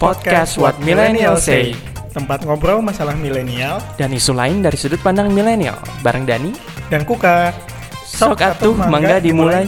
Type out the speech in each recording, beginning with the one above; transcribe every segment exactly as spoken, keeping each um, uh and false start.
Podcast What Millennials Say, tempat ngobrol masalah milenial dan isu lain dari sudut pandang milenial. Bareng Dani dan Kuka. Sok atuh mangga dimulai.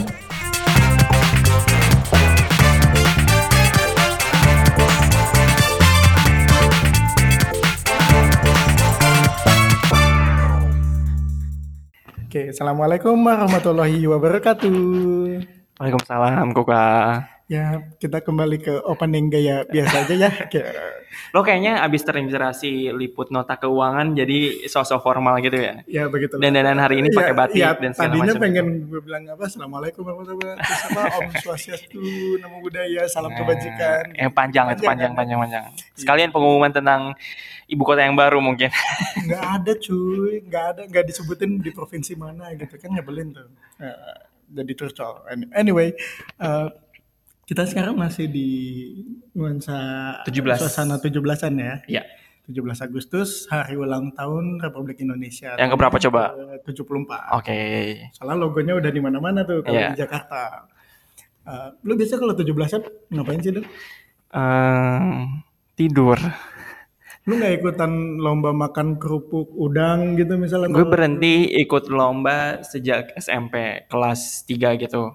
Oke, assalamualaikum warahmatullahi wabarakatuh. Waalaikumsalam Kuka. Ya, kita kembali ke opening gaya biasa aja ya. Lo kayaknya abis terinspirasi liput nota keuangan jadi sosok formal gitu ya? Ya begitu. Dan dandan hari ini pakai batik ya, dan segala tadinya macam. pengen gue bilang apa? Assalamualaikum warahmatullahi wabarakatuh. Sama Om Swastiastu, Namo Buddhaya, salam Nah, kebajikan. Eh panjang itu panjang panjang panjang. Sekalian pengumuman tentang ibu kota yang baru mungkin. Nggak ada cuy, nggak ada, nggak disebutin di provinsi mana gitu kan, nyebelin tuh. Uh, jadi tercol. Anyway, uh, kita sekarang masih di nuansa tujuh belas suasana tujuh belasan ya. Iya. tujuh belas Agustus, hari ulang tahun Republik Indonesia. Yang keberapa coba? tujuh puluh empat. Oke. Okay. Soalnya logonya udah di mana-mana tuh kalau yeah. di Jakarta. Uh, lu biasa kalau tujuh belasan ngapain sih, Dok? Uh, tidur. Lu nggak ikutan lomba makan kerupuk udang gitu misalnya? Gue berhenti ikut lomba sejak S M P kelas tiga gitu.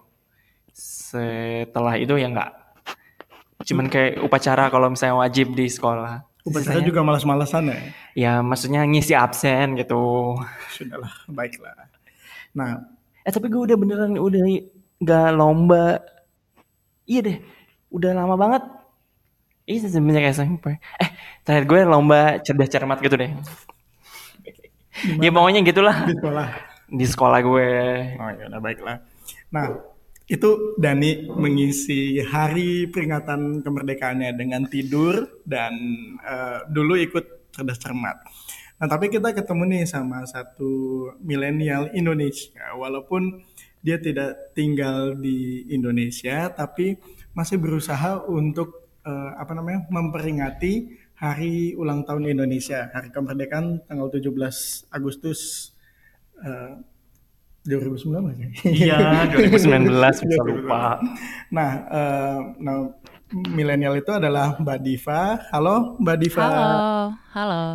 Setelah itu ya nggak. Cuman kayak upacara kalau misalnya wajib di sekolah. Upacara Sisanya, juga malas-malasan ya? Ya maksudnya ngisi absen gitu. Sudahlah, baiklah. Nah, eh tapi gue udah beneran udah nggak lomba. Iya deh, udah lama banget. Iya semenjak S M P. Eh, terakhir gue lomba cerdas cermat gitu deh. Gimana? Ya pokoknya gitulah. Di sekolah. Di sekolah gue. Oh ya udah baiklah. Nah, itu Dani mengisi hari peringatan kemerdekaannya dengan tidur dan uh, dulu ikut cerdas cermat. Nah, tapi kita ketemu nih sama satu milenial Indonesia, walaupun dia tidak tinggal di Indonesia, tapi masih berusaha untuk uh, apa namanya memperingati hari ulang tahun Indonesia, hari kemerdekaan tanggal tujuh belas Agustus uh, dua ribu sembilan belas ya? Iya, dua ribu sembilan belas bisa lupa. Nah, uh, nah milenial itu adalah Mbak Diva. Halo Mbak Diva. Halo, halo.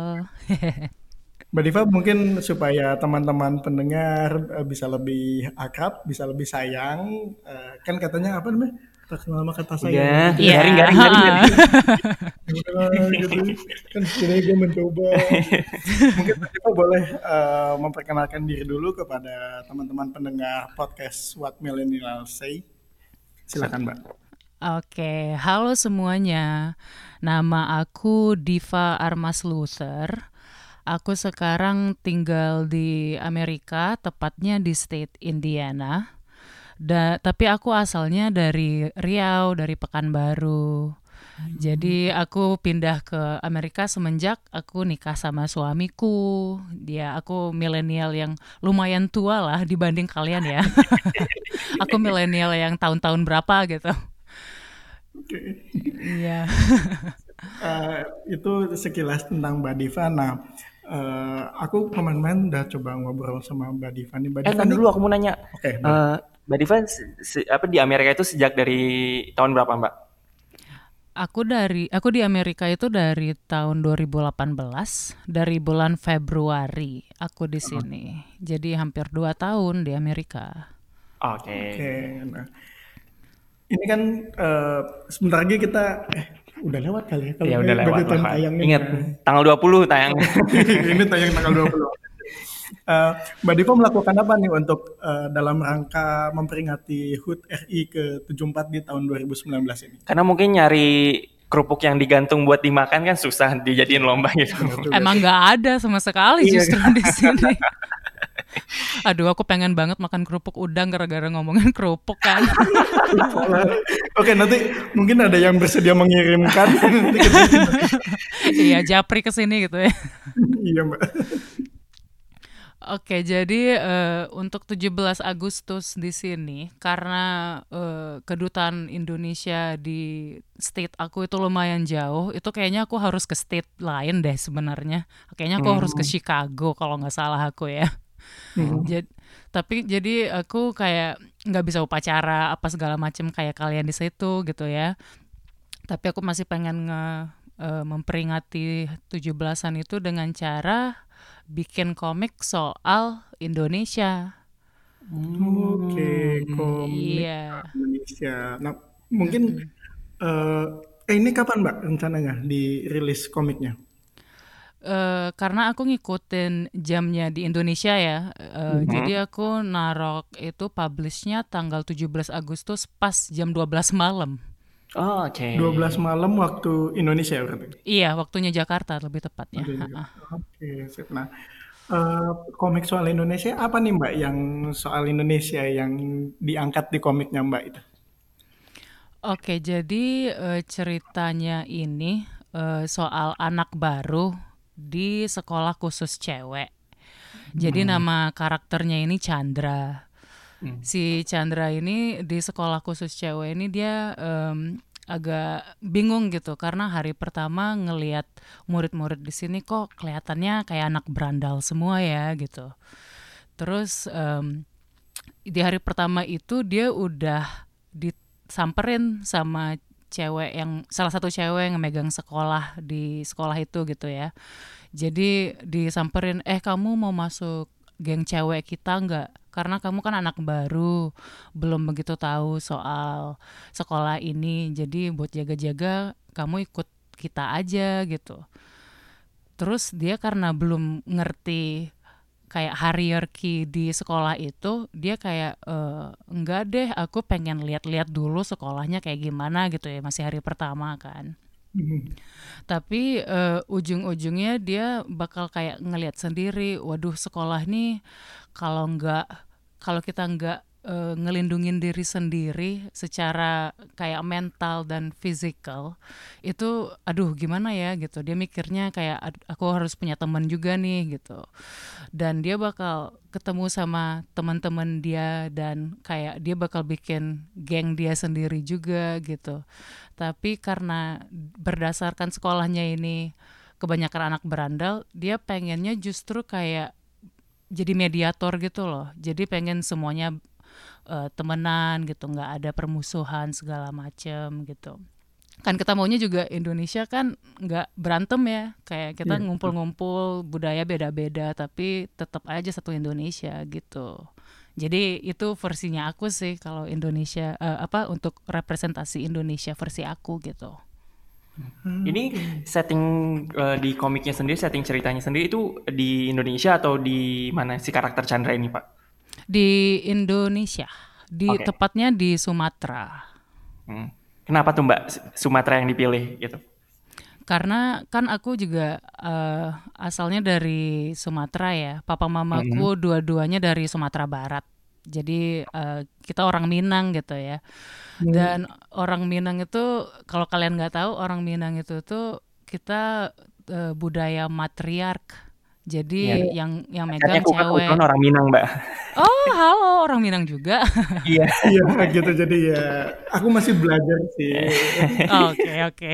Mbak Diva mungkin supaya teman-teman pendengar uh, bisa lebih akrab, bisa lebih sayang. Uh, kan katanya apa namanya? Terkenal sama kata sayang. Iya, yeah. garing, garing, garing, garing. Gitu. Kan sebenarnya gue mencoba. Mungkin kita boleh uh, memperkenalkan diri dulu kepada teman-teman pendengar podcast What Millennials Say. Silakan, Mbak. Oke, halo semuanya. Nama aku Diva Armas Luther. Aku sekarang tinggal di Amerika, tepatnya di state Indiana. Da, tapi aku asalnya dari Riau, dari Pekanbaru. Hmm. Jadi aku pindah ke Amerika semenjak aku nikah sama suamiku. Dia aku milenial yang lumayan tua lah dibanding kalian ya. Aku milenial yang tahun-tahun berapa gitu. Oke. Okay. Iya. uh, itu sekilas tentang Mbak Diva. Nah, uh, aku kemarin-kemarin udah coba ngobrol sama Mbak Diva nih. Mbak eh, Diva dulu aku mau nanya. Oke. Okay, uh, Mbak Diva se- apa di Amerika itu sejak dari tahun berapa, Mbak? Aku dari aku di Amerika itu dari tahun dua ribu delapan belas, dari bulan Februari aku di sini. Uh-huh. Jadi hampir dua tahun di Amerika. Oke. Okay. Oke. Okay, nah. Ini kan uh, sebentar lagi kita eh udah lewat kali ya kalau ya, udah lewat. Ingat kan. tanggal dua puluh tayang. Ini tayang tanggal dua puluh. Uh, Mbak Diva melakukan apa nih untuk uh, dalam rangka memperingati H U T R I ke tujuh puluh empat di tahun dua ribu sembilan belas ini? Karena mungkin nyari kerupuk yang digantung buat dimakan kan susah dijadiin lomba gitu. Emang nggak ada sama sekali justru di sini. Aduh, aku pengen banget makan kerupuk udang gara-gara ngomongin kerupuk kan. Oke, nanti mungkin ada yang bersedia mengirimkan. Iya, japri ke sini gitu ya. Iya, Mbak. Oke, jadi uh, untuk tujuh belas Agustus di sini karena uh, kedutaan Indonesia di state aku itu lumayan jauh, itu kayaknya aku harus ke state lain deh sebenarnya. Kayaknya aku hmm. harus ke Chicago kalau nggak salah aku ya. Hmm. Jadi, tapi jadi aku kayak nggak bisa upacara apa segala macam kayak kalian di situ gitu ya. Tapi aku masih pengen nge eh, memperingati tujuh belasan itu dengan cara bikin komik soal Indonesia. Oke, Hmm. komik Iya. Indonesia. Nah, mungkin Mm-mm. eh eh, ini kapan Mbak rencananya dirilis komiknya? Eh, karena aku ngikutin jamnya di Indonesia ya, eh, Mhm. jadi aku narok itu publishnya tanggal tujuh belas Agustus pas jam dua belas malam. Oh, oke. dua belas malam waktu Indonesia berarti. Iya, waktunya Jakarta lebih tepatnya. Oke, Ha-ha. oke, sip. Nah, eh, komik soal Indonesia apa nih Mbak yang soal Indonesia yang diangkat di komiknya Mbak itu? Oke, jadi eh, ceritanya ini eh, soal anak baru di sekolah khusus cewek. Jadi Hmm. nama karakternya ini Chandra. Hmm. Si Chandra ini di sekolah khusus cewek ini dia em, agak bingung gitu karena hari pertama ngelihat murid-murid di sini kok kelihatannya kayak anak berandal semua ya gitu. Terus em, di hari pertama itu dia udah disamperin sama cewek yang salah satu cewek yang megang sekolah di sekolah itu gitu ya. Jadi disamperin, eh kamu mau masuk geng cewek kita nggak? Karena kamu kan anak baru, belum begitu tahu soal sekolah ini. Jadi buat jaga-jaga kamu ikut kita aja gitu. Terus dia karena belum ngerti kayak hierarki di sekolah itu, dia kayak "Eh, enggak deh, aku pengen lihat-lihat dulu sekolahnya kayak gimana gitu ya, masih hari pertama kan. Mhm. Tapi eh, ujung-ujungnya dia bakal kayak ngelihat sendiri, waduh sekolah nih kalau nggak kalau kita nggak eh, ngelindungin diri sendiri secara kayak mental dan physical itu aduh gimana ya gitu. Dia mikirnya kayak "Ad- aku harus punya teman juga nih gitu." Dan dia bakal ketemu sama teman-teman dia dan kayak dia bakal bikin geng dia sendiri juga gitu. Tapi karena berdasarkan sekolahnya ini kebanyakan anak berandal, dia pengennya justru kayak jadi mediator gitu loh. Jadi pengen semuanya eh, temenan gitu, nggak ada permusuhan segala macem gitu. Kan kita maunya juga Indonesia kan nggak berantem ya, kayak kita Iya, betul. ngumpul-ngumpul budaya beda-beda tapi tetap aja satu Indonesia gitu. Jadi itu versinya aku sih kalau Indonesia eh, apa untuk representasi Indonesia versi aku gitu. Ini Oke. setting eh, di komiknya sendiri, setting ceritanya sendiri itu di Indonesia atau di mana si karakter Chandra ini, Pak? Di Indonesia, di Oke. tepatnya di Sumatera. Hmm. Kenapa tuh Mbak Sumatera yang dipilih gitu? Karena kan aku juga eh, asalnya dari Sumatera ya. Papa Mhm. mamaku dua-duanya dari Sumatera Barat. Jadi eh, kita orang Minang gitu ya. Hmm. Dan orang Minang itu kalau kalian nggak tahu orang Minang itu tuh kita eh, budaya matriark. Iya. Jadi yang yang Pacarnya megang aku kan kebetulan cewek. orang Minang, Mbak. Oh, halo orang Minang juga. Iya. Iya gitu jadi ya aku masih belajar sih. Oke, oke.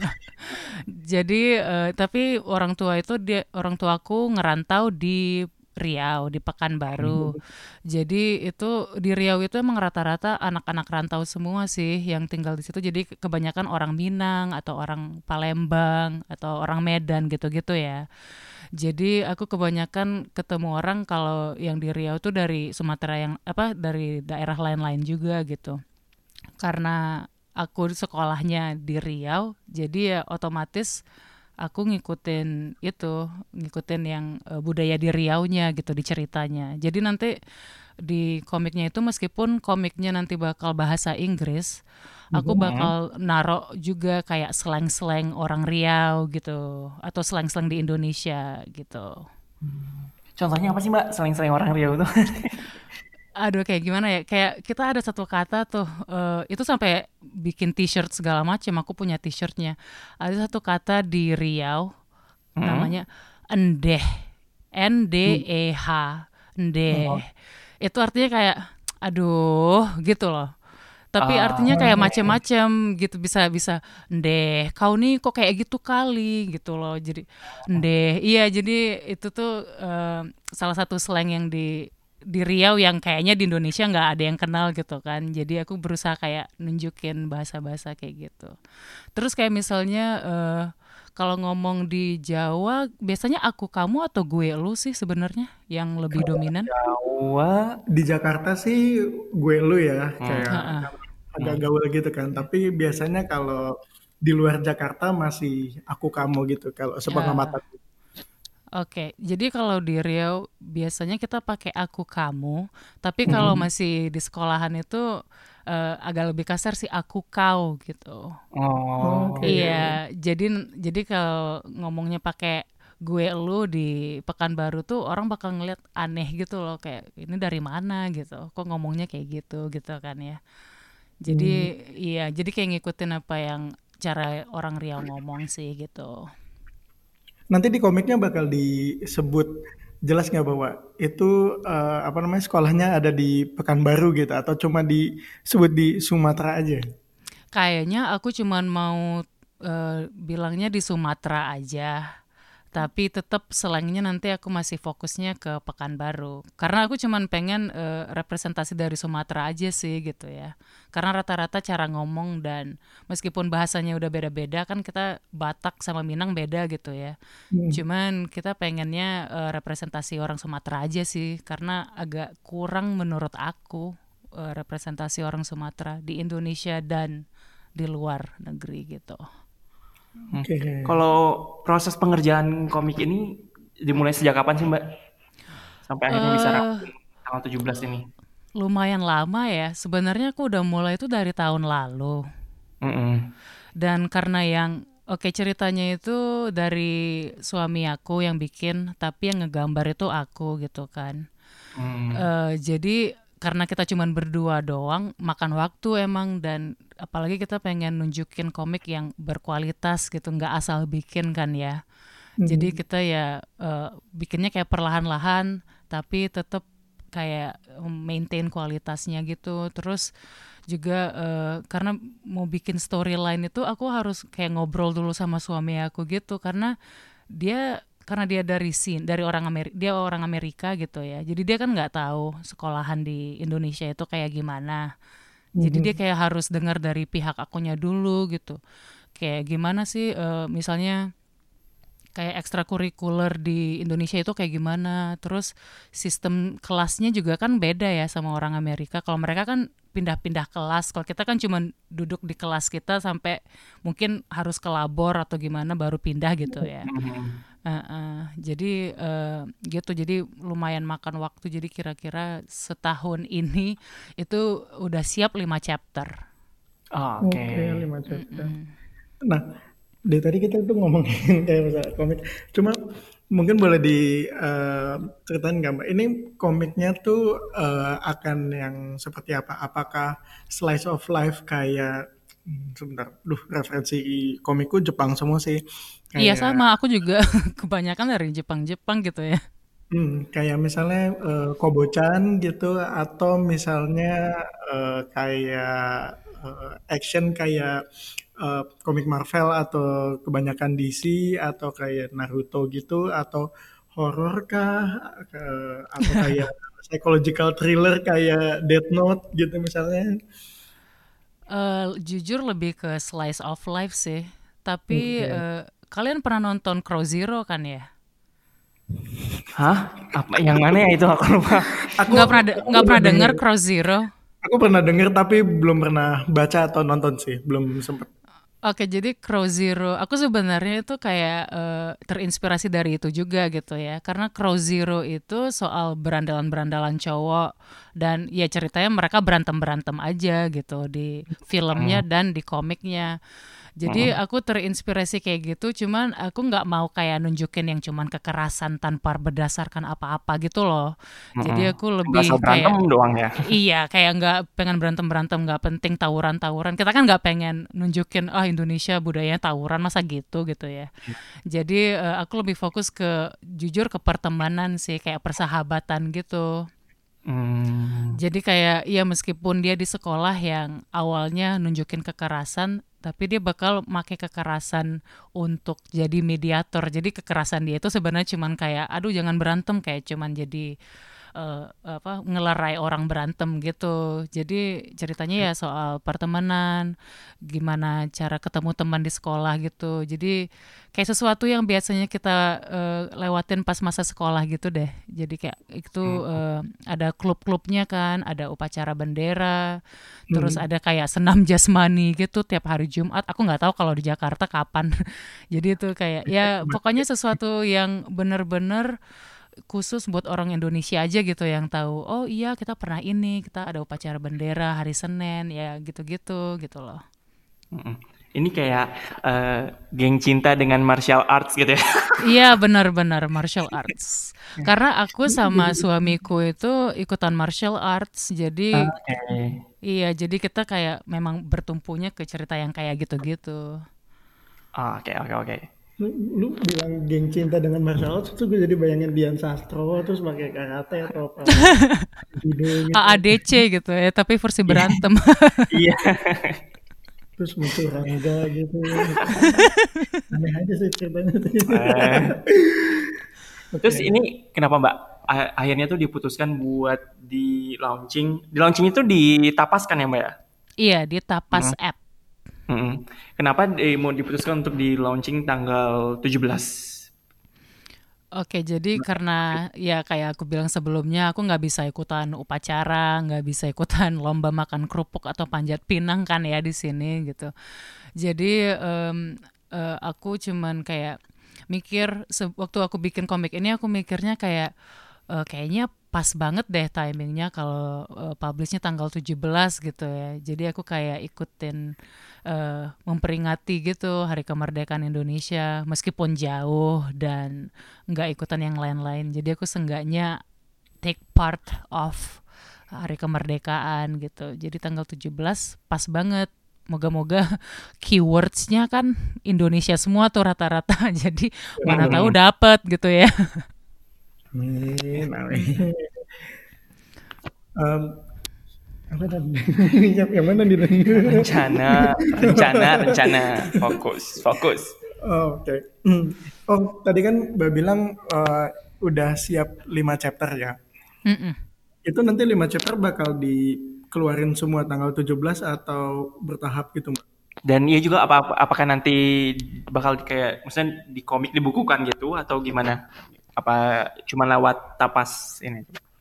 Jadi eh, tapi orang tua itu dia orang tuaku ngerantau di Riau di Pekanbaru. Jadi itu di Riau itu emang rata-rata anak-anak rantau semua sih yang tinggal di situ. Jadi kebanyakan orang Minang atau orang Palembang atau orang Medan gitu-gitu ya. Jadi aku kebanyakan ketemu orang kalau yang di Riau tuh dari Sumatera yang apa dari daerah lain-lain juga gitu. Karena aku sekolahnya di Riau, jadi ya otomatis aku ngikutin itu, ngikutin yang eh, budaya di Riaunya gitu di ceritanya. Jadi nanti di komiknya itu meskipun komiknya nanti bakal bahasa Inggris, aku Mhm. bakal narok juga kayak slang-slang orang Riau gitu atau slang-slang di Indonesia gitu. Contohnya apa sih Mbak? Selain-selain orang Riau tuh? Aduh kayak gimana ya, kayak kita ada satu kata tuh, eee, itu sampai bikin t-shirt segala macam, aku punya t-shirtnya. Ada satu kata di Riau Hmm? namanya endeh, Hmm. N D E H, endeh. Oh. Itu artinya kayak, aduh gitu loh. Tapi Ah, artinya kayak Oh. macem-macem gitu, bisa bisa, "Endeh, kau nih kok kayak gitu kali?" Gitu loh. Jadi, endeh iya jadi itu tuh, eee, salah satu slang yang di di Riau yang kayaknya di Indonesia nggak ada yang kenal gitu kan. Jadi aku berusaha kayak nunjukin bahasa-bahasa kayak gitu. Terus kayak misalnya, eee Kalau ngomong di Jawa, biasanya aku kamu atau gue lu sih sebenarnya yang lebih dominan? Jawa. Di Jakarta sih gue lu ya, Hmm. kayak Heeh. agak Hmm. gaul gitu kan. Tapi biasanya kalau di luar Jakarta masih aku kamu gitu kalau Ah, sepengamatan. Oke, jadi kalau di Riau biasanya kita pakai aku kamu, tapi kalau Hmm. masih di sekolahan itu eh, agak lebih kasar sih aku kau gitu. Oke. Oh. Iya, jadi jadi kalau ngomongnya pakai gue lu di Pekanbaru tuh orang bakal ngeliat aneh gitu loh, kayak ini dari mana gitu, kok ngomongnya kayak gitu gitu kan ya. Jadi Hmm. iya, jadi kayak ngikutin apa yang cara orang Riau ngomong sih gitu. Nanti di komiknya bakal disebut jelas nggak bahwa itu eh, apa namanya sekolahnya ada di Pekanbaru gitu atau cuma disebut di Sumatera aja? Kayaknya aku cuman mau eh, bilangnya di Sumatera aja. Tapi tetap selangnya nanti aku masih fokusnya ke Pekanbaru. Karena aku cuman pengen eh, representasi dari Sumatera aja sih gitu ya. Karena rata-rata cara ngomong dan meskipun bahasanya udah beda-beda kan kita Batak sama Minang beda gitu ya. Hmm. Cuman kita pengennya eh, representasi orang Sumatera aja sih. Karena agak kurang menurut aku eh, representasi orang Sumatera di Indonesia dan di luar negeri gitu. Hmm. Oke. Kalau proses pengerjaan komik ini dimulai sejak kapan sih Mbak? Sampai akhirnya bisa Eh rampung tanggal tujuh belas ini. Lumayan lama ya. Sebenarnya aku udah mulai itu dari tahun lalu. Mm-mm. Dan karena yang oke ceritanya itu dari suami aku yang bikin, tapi yang ngegambar itu aku gitu kan. Hmm. Eh jadi karena kita cuman berdua doang, makan waktu emang dan apalagi kita pengen nunjukin komik yang berkualitas gitu, nggak asal bikin kan ya. Jadi Hmm. kita ya eh, bikinnya kayak perlahan-lahan, tapi tetap kayak maintain kualitasnya gitu. Terus juga eh, karena mau bikin storyline itu aku harus kayak ngobrol dulu sama suami aku gitu karena dia karena dia dari sin dari orang Amerika dia orang Amerika gitu ya. Jadi dia kan nggak tahu sekolahan di Indonesia itu kayak gimana. Jadi dia Hmm. kayak harus dengar dari pihak akunya dulu gitu. Kayak gimana sih eh, misalnya kayak ekstrakurikuler di Indonesia itu kayak gimana. Terus sistem kelasnya juga kan beda ya sama orang Amerika. Kalau mereka kan pindah-pindah kelas. Kalau kita kan cuma duduk di kelas kita sampai mungkin harus ke labor atau gimana baru pindah gitu ya. Hmm. Uh, uh, jadi uh, gitu. Jadi lumayan makan waktu. Jadi kira-kira setahun ini itu udah siap lima chapter. Oh, oke. Oke, lima chapter. Mm-mm. Nah, dari tadi kita tuh ngomongin kayak misalnya komik. Cuma mungkin boleh diceritain nggak Mbak? Ini komiknya tuh eh, akan yang seperti apa? Apakah slice of life kayak hmm, sebentar, duh referensi komikku Jepang semua sih. Iya Kayak sama. Aku juga kebanyakan dari Jepang-Jepang gitu ya. hmm, kayak misalnya eh, Kobo-chan gitu atau misalnya eh, kayak eh, action kayak eh, komik Marvel atau kebanyakan D C atau kayak Naruto gitu atau horor kah Ke- atau kayak psychological thriller kayak Death Note gitu misalnya. Eh, jujur lebih ke slice of life sih. Tapi Oke. eh, kalian pernah nonton Crow Zero kan ya? Hah? Apa yang mana ya itu aku lupa. Aku Nggak pernah de- aku nggak pernah pernah denger. denger Crow Zero? Aku pernah denger tapi belum pernah baca atau nonton sih, belum sempet. Oke, jadi Crow Zero, aku sebenarnya itu kayak eh, terinspirasi dari itu juga gitu ya. Karena Crow Zero itu soal berandalan-berandalan cowok dan ya ceritanya mereka berantem-berantem aja gitu di filmnya Hmm. dan di komiknya. Jadi Hmm. aku terinspirasi kayak gitu, cuman aku nggak mau kayak nunjukin yang cuman kekerasan tanpa berdasarkan apa-apa gitu loh. Hmm. Jadi aku Nggak asal lebih berantem kayak doang ya. iya, kayak nggak pengen berantem-berantem, nggak penting tawuran-tawuran. Kita kan nggak pengen nunjukin, ah Indonesia budayanya tawuran, masa gitu gitu ya. Jadi eh, aku lebih fokus ke jujur ke pertemanan sih, kayak persahabatan gitu. Hmm. Jadi kayak ya meskipun dia di sekolah yang awalnya nunjukin kekerasan, tapi dia bakal make kekerasan untuk jadi mediator. Jadi kekerasan dia itu sebenarnya cuman kayak, aduh jangan berantem, kayak cuman jadi eh, apa ngelerai orang berantem gitu. Jadi ceritanya ya soal pertemanan, gimana cara ketemu teman di sekolah gitu. Jadi kayak sesuatu yang biasanya kita eh, lewatin pas masa sekolah gitu deh. Jadi kayak itu Hmm. eh, ada klub-klubnya kan, ada upacara bendera, terus Hmm. ada kayak senam jasmani gitu tiap hari Jumat. Aku nggak tahu kalau di Jakarta kapan. Jadi itu kayak ya pokoknya sesuatu yang bener-bener khusus buat orang Indonesia aja gitu yang tahu. Oh iya kita pernah ini, kita ada upacara bendera hari Senin ya gitu-gitu gitu loh. Mm-mm. Ini kayak eh, geng cinta dengan martial arts gitu ya. Iya benar-benar martial arts. Karena aku sama suamiku itu ikutan martial arts. Jadi Oke. iya jadi kita kayak memang bertumpunya ke cerita yang kayak gitu-gitu. Ah, Oke, oke, oke. Lu, lu bilang geng cinta dengan martial arts itu gue jadi bayangin Dian Sastro terus pakai karate atau pakai judo gitu. A A D C gitu ya, tapi versi Iya, berantem. iya. Terus muncul Rangga gitu. Aneh aja sih ceritanya. Eh, Terus Oke. ini kenapa Mbak? A- Akhirnya tuh diputuskan buat di launching. Di launching itu ditapaskan ya Mbak ya? Iya, di Tapas Mm, App. mm. Kenapa eh, mau diputuskan untuk di launching tanggal tujuh belas? Oke, jadi karena ya kayak aku bilang sebelumnya, aku nggak bisa ikutan upacara, nggak bisa ikutan lomba makan kerupuk atau panjat pinang kan ya di sini gitu. Jadi em, eh, aku cuman kayak mikir se- waktu aku bikin komik ini aku mikirnya kayak eh, kayaknya pas banget deh timingnya kalau eh, publishnya tanggal tujuh belas gitu ya. Jadi aku kayak ikutin eh, memperingati gitu Hari Kemerdekaan Indonesia meskipun jauh dan nggak ikutan yang lain-lain. Jadi aku seenggaknya take part of Hari Kemerdekaan gitu. Jadi tanggal tujuh belas pas banget. Moga-moga keywordsnya kan Indonesia semua tuh rata-rata. Jadi mana tahu Mm, dapet gitu ya. Amin, amin. Em, apa tadi? yang, yang mana nih? Rencana, rencana, rencana. Fokus, fokus. Oh, oke. Hmm. Oh, tadi kan Mbak bilang eh, udah siap lima chapter ya. Mm-mm. Itu nanti lima chapter bakal dikeluarin semua tanggal tujuh belas atau bertahap gitu, Mbak? Dan iya juga apa, apa- apakah nanti bakal kayak misalnya di komik dibukukan gitu atau gimana? Apa cuma lewat tapas ini?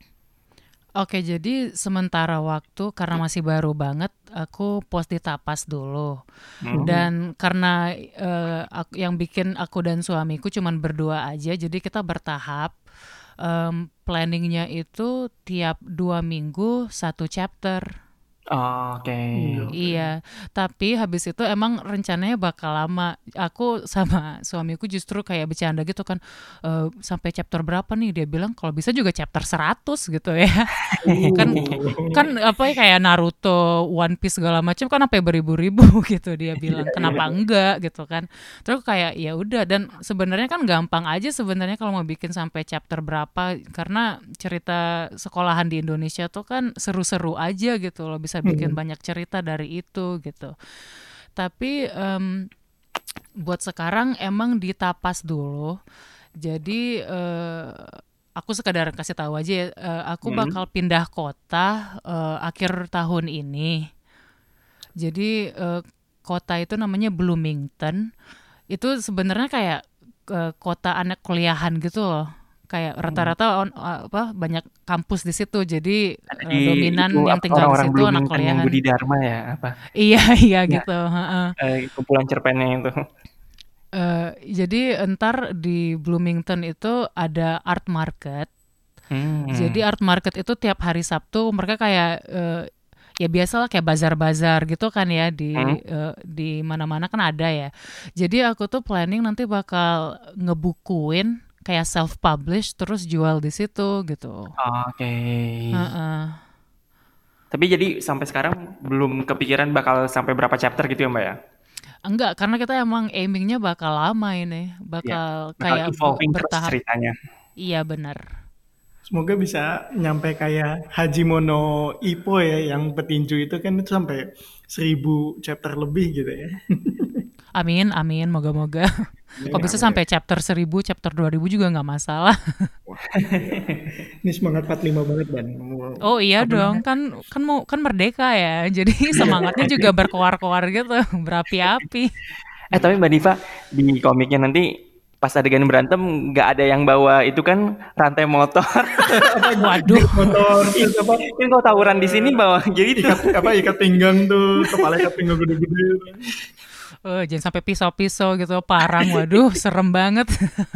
Oke, jadi sementara waktu karena masih baru banget, aku post di Tapas dulu. Hmm. Hmm. Dan karena eh, aku- yang bikin aku dan suamiku cuman berdua aja, jadi kita bertahap. Em, planningnya itu tiap dua minggu satu chapter. Oke. Hmm, oke. Iya, tapi habis itu emang rencananya bakal lama. Aku sama suamiku justru kayak bercanda gitu kan, "Eh, sampai chapter berapa nih?" Dia bilang kalau bisa juga chapter seratus gitu ya. Kan Uh. kan apa ya kayak Naruto, One Piece segala macam kan sampai beribu-ribu gitu dia bilang. Kenapa enggak gitu kan. Terus kayak ya udah dan sebenarnya kan gampang aja sebenarnya kalau mau bikin sampai chapter berapa karena cerita sekolahan di Indonesia tuh kan seru-seru aja gitu loh bisa bikin Hmm. banyak cerita dari itu gitu. Tapi em, buat sekarang emang ditapas dulu. Jadi eh, aku sekadar kasih tahu aja ya, eh, aku Hmm. bakal pindah kota eh, akhir tahun ini. Jadi eh, kota itu namanya Bloomington. Itu sebenarnya kayak eh, kota anak kuliahan gitu loh. Kayak Hmm. rata-rata on- apa banyak kampus di situ. Jadi Ada eh, di itu dominan yang apa, tinggal di orang-orang situ anak Bloomington yang Budi kuliahan. Dharma ya apa? Iya iya Ya, gitu. Heeh. eh, kumpulan cerpennya itu. Eh, jadi entar di Bloomington itu ada art market. Jadi Hmm. art market itu tiap hari Sabtu mereka kayak eh, ya biasalah kayak bazar-bazar gitu kan ya Hmm. di eh, di mana-mana kan ada ya. Jadi aku tuh planning nanti bakal ngebukuin kayak self publish terus jual di situ gitu. Oke. Heeh. Tapi jadi sampai sekarang belum kepikiran bakal sampai berapa chapter gitu ya Mbak ya? Enggak, karena kita emang aimingnya bakal lama ini, Iya. bakal Bakal kayak be- evolving terus bertahap. ceritanya. Iya benar. Semoga bisa nyampe kayak Hajimono Ippo ya, yang petinju itu kan itu sampai seribu chapter lebih gitu ya. Amin, amin, moga-moga. Amin, Kok bisa amin. sampai chapter seribu, chapter dua ribu juga nggak masalah. Ini semangat empat puluh lima banget Dan. Oh iya Apa dong, namanya? kan kan mau kan merdeka ya. Jadi semangatnya juga berkoar-koar gitu, berapi-api. Eh tapi Mbak Diva di komiknya nanti pas adegan berantem nggak ada yang bawa itu kan rantai motor. Waduh. Motor terus apa? Kan kalau tawuran di sini bawa jadi tuh. Ikat apa ikat pinggang tuh, kepala ikat pinggang gede-gede. Eh, jangan sampai pisau-pisau gitu, parang. Waduh, serem banget.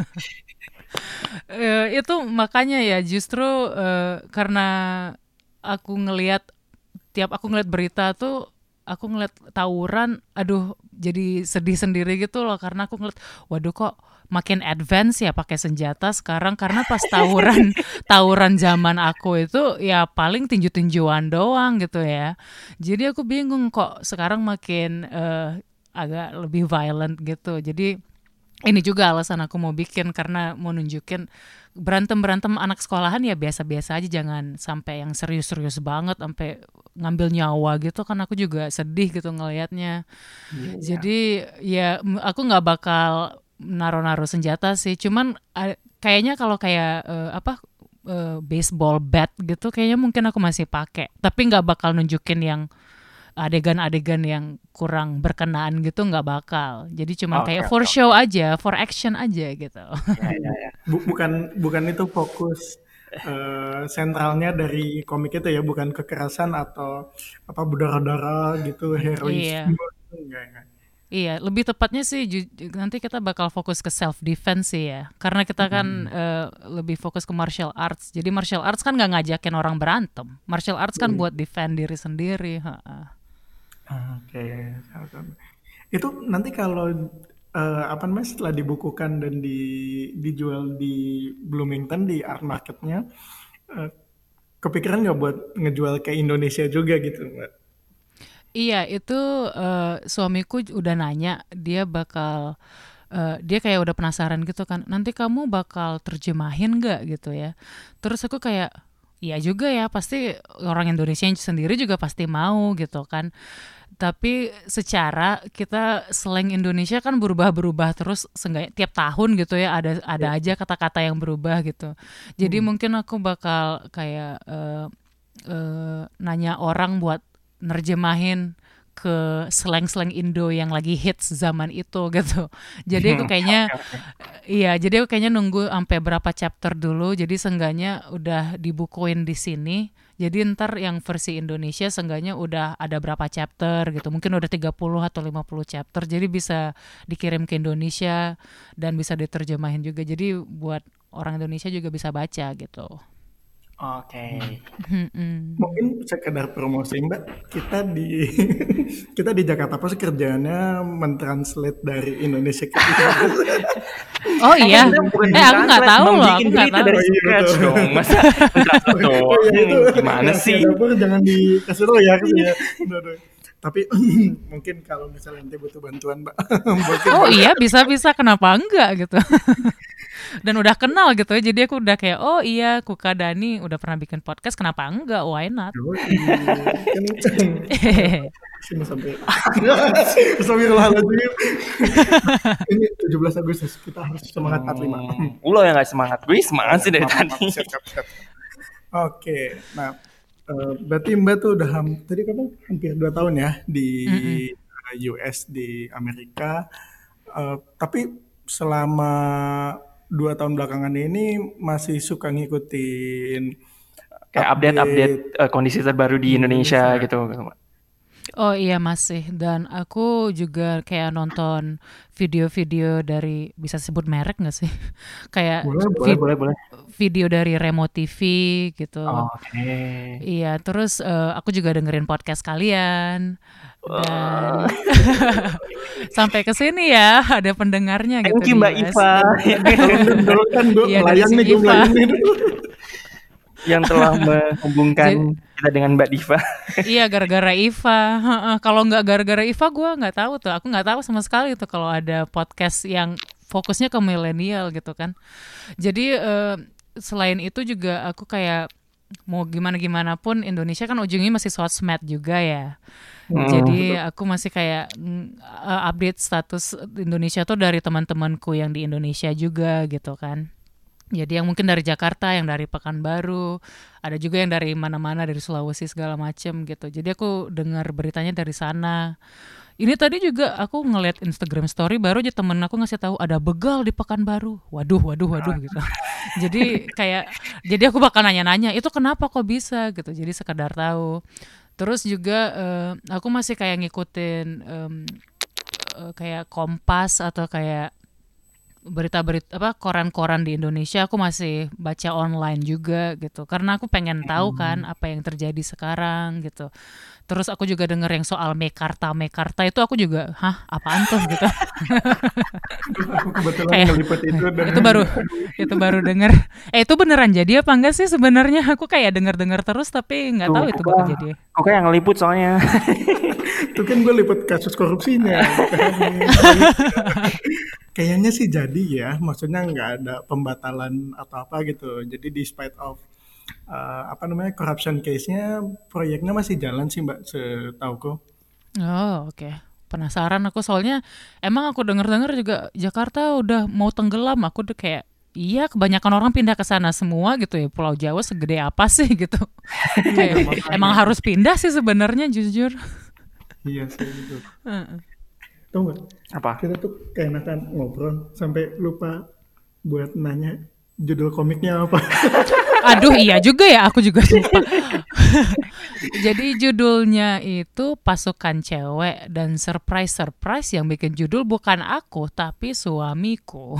Eh, itu makanya ya justru eh, karena aku ngelihat tiap aku ngeliat berita tuh aku ngeliat tawuran, aduh jadi sedih sendiri gitu loh karena aku ngeliat, waduh kok makin advance ya pakai senjata sekarang karena pas tawuran tawuran zaman aku itu ya paling tinju-tinjuan doang gitu ya. Jadi aku bingung kok sekarang makin eh, agak lebih violent gitu. Jadi ini juga alasan aku mau bikin karena mau nunjukin berantem-berantem anak sekolahan ya biasa-biasa aja, jangan sampai yang serius-serius banget sampai ngambil nyawa gitu kan aku juga sedih gitu ngelihatnya. Jadi ya m- aku nggak bakal naruh-naruh senjata sih, cuman a- kayaknya kalau kayak eh, apa eh, baseball bat gitu kayaknya mungkin aku masih pakai, tapi nggak bakal nunjukin yang adegan-adegan yang kurang berkenaan gitu nggak bakal. Jadi cuman Oke, kayak oke, for oke. show aja, for action aja gitu. Ya, ya, ya. Bu- bukan bukan itu fokus eh, sentralnya dari komik itu ya, bukan kekerasan atau apa berdarah-darah gitu, Iya. heroisme. Enggak, enggak. Iya, lebih tepatnya sih ju- nanti kita bakal fokus ke self defense sih ya. Karena kita kan eh, lebih fokus ke martial arts. Jadi martial arts kan nggak ngajakin orang berantem. Martial arts kan buat defend diri sendiri. Ha-ha. Oke, itu nanti kalau eh, apa namanya setelah dibukukan dan di, dijual di Bloomington di art marketnya, eh, kepikiran nggak buat ngejual ke Indonesia juga gitu, Mbak? Iya, itu eh, suamiku j- udah nanya, dia bakal, eh, dia kayak udah penasaran gitu kan, nanti kamu bakal terjemahin nggak gitu ya. Terus aku kayak, iya juga ya, pasti orang Indonesia sendiri juga pasti mau gitu kan. Tapi secara kita slang Indonesia kan berubah-berubah terus, seenggaknya tiap tahun gitu ya ada ada aja kata-kata yang berubah gitu. Jadi mungkin aku bakal kayak eh, eh, nanya orang buat nerjemahin ke slang-slang Indo yang lagi hits zaman itu gitu. Jadi aku kayaknya iya, jadi aku kayaknya nunggu sampai berapa chapter dulu. Jadi seenggaknya udah dibukuin di sini. Jadi ntar yang versi Indonesia seenggaknya udah ada berapa chapter gitu. Mungkin udah tiga puluh atau lima puluh chapter. Jadi bisa dikirim ke Indonesia dan bisa diterjemahin juga. Jadi buat orang Indonesia juga bisa baca gitu. Oke. Mm-mm. Mungkin sekedar promosi Mbak, kita di kita di Jakarta Post kerjaannya mentranslate dari Indonesia ke Inggris. Oh iya, Kita bukan eh aku nggak translate, tahu loh, aku bikin nggak cerita tahu. dari Oh iya scratch betul. dong. Masa translate Oh doang? iya itu Gimana rahasia sih? dapur jangan dikasih tahu ya, kasih ya. Udah, udah. Tapi mungkin kalau misalnya nanti butuh bantuan Mbak, mungkin Oh iya, bisa-bisa, kenapa enggak gitu. Dan udah kenal gitu ya, jadi aku udah kayak, oh iya, Kuka Dani udah pernah bikin podcast, kenapa enggak, why not? kan sini sampai Astagfirullahaladzim. Ini tujuh belas Agustus kita harus semangat empat puluh lima. Hmm, Lo yang gak semangat, gue semangat sih dari Maaf, maaf, tadi. siap, siap, siap. Oke, nah eh, berarti Mbak tuh udah ham- tadi kamu hampir dua tahun ya di Mm-mm. eh, U S di Amerika. Eh, tapi selama dua tahun belakangan ini masih suka ngikutin Kayak update-update eh, kondisi terbaru di Indonesia Indonesia. gitu. Oh iya masih, dan aku juga kayak nonton video-video dari, bisa sebut merek nggak sih? Kayak Boleh, Boleh, vid- boleh, boleh. video dari Remo T V gitu. Oke. Iya, terus eh, aku juga dengerin podcast kalian dan sampai ke sini ya ada pendengarnya gitu Thank you di Mbak U S. Iva Dulu kan gue Iya, dari melayang si nih, gue Iva. melayang nih. yang telah menghubungkan kita dengan Mbak Diva. Iya, gara-gara Iva. Heeh. Kalau nggak gara-gara Iva, gue nggak tahu tuh. Aku nggak tahu sama sekali tuh kalau ada podcast yang fokusnya ke milenial gitu kan. Jadi eh, selain itu juga aku kayak mau gimana-gimana pun Indonesia kan ujungnya masih sosmed juga ya. Hmm. Jadi aku masih kayak mm, uh, update status Indonesia tuh dari teman-temanku yang di Indonesia juga gitu kan. Jadi yang mungkin dari Jakarta, yang dari Pekanbaru, ada juga yang dari mana-mana, dari Sulawesi segala macem gitu. Jadi aku dengar beritanya dari sana. Ini tadi juga aku ngeliat Instagram story, baru aja temen aku ngasih tahu ada begal di Pekanbaru. Waduh, waduh, waduh gitu. Jadi kayak, jadi aku bakal nanya-nanya, itu kenapa kok bisa gitu. Jadi sekedar tahu. Terus juga eh, aku masih kayak ngikutin em, eh, kayak Kompas atau kayak berita-berita apa koran-koran di Indonesia, aku masih baca online juga gitu karena aku pengen tahu kan apa yang terjadi sekarang gitu. Terus aku juga denger yang soal Mekarta Mekarta itu aku juga hah apaan tuh gitu. Aku kebetulan Kayak ngeliput itu dan itu baru itu baru denger. Eh itu beneran jadi apa enggak sih sebenarnya? Aku kayak denger-denger terus tapi nggak Tuh, tahu itu Kuka, bakal jadi. Kuka yang ngeliput soalnya. itu kan gue liput kasus korupsinya. bukan. Kayaknya sih jadi ya, maksudnya nggak ada pembatalan atau apa gitu. Jadi despite of uh, apa namanya corruption case-nya, proyeknya masih jalan sih Mbak, setauku. Oh, oke. Penasaran aku soalnya emang aku denger-denger juga Jakarta udah mau tenggelam. Aku udah kayak iya kebanyakan orang pindah ke sana semua gitu ya. Pulau Jawa segede apa sih gitu. Kayak emang harus pindah sih sebenarnya jujur. Iya sih gitu. Heeh. Tahu nggak? Apa? Kita tuh keenakan ngobrol sampai lupa buat nanya judul komiknya apa. Aduh iya juga ya aku juga lupa. Jadi judulnya itu Pasukan Cewek dan surprise-surprise yang bikin judul bukan aku tapi suamiku.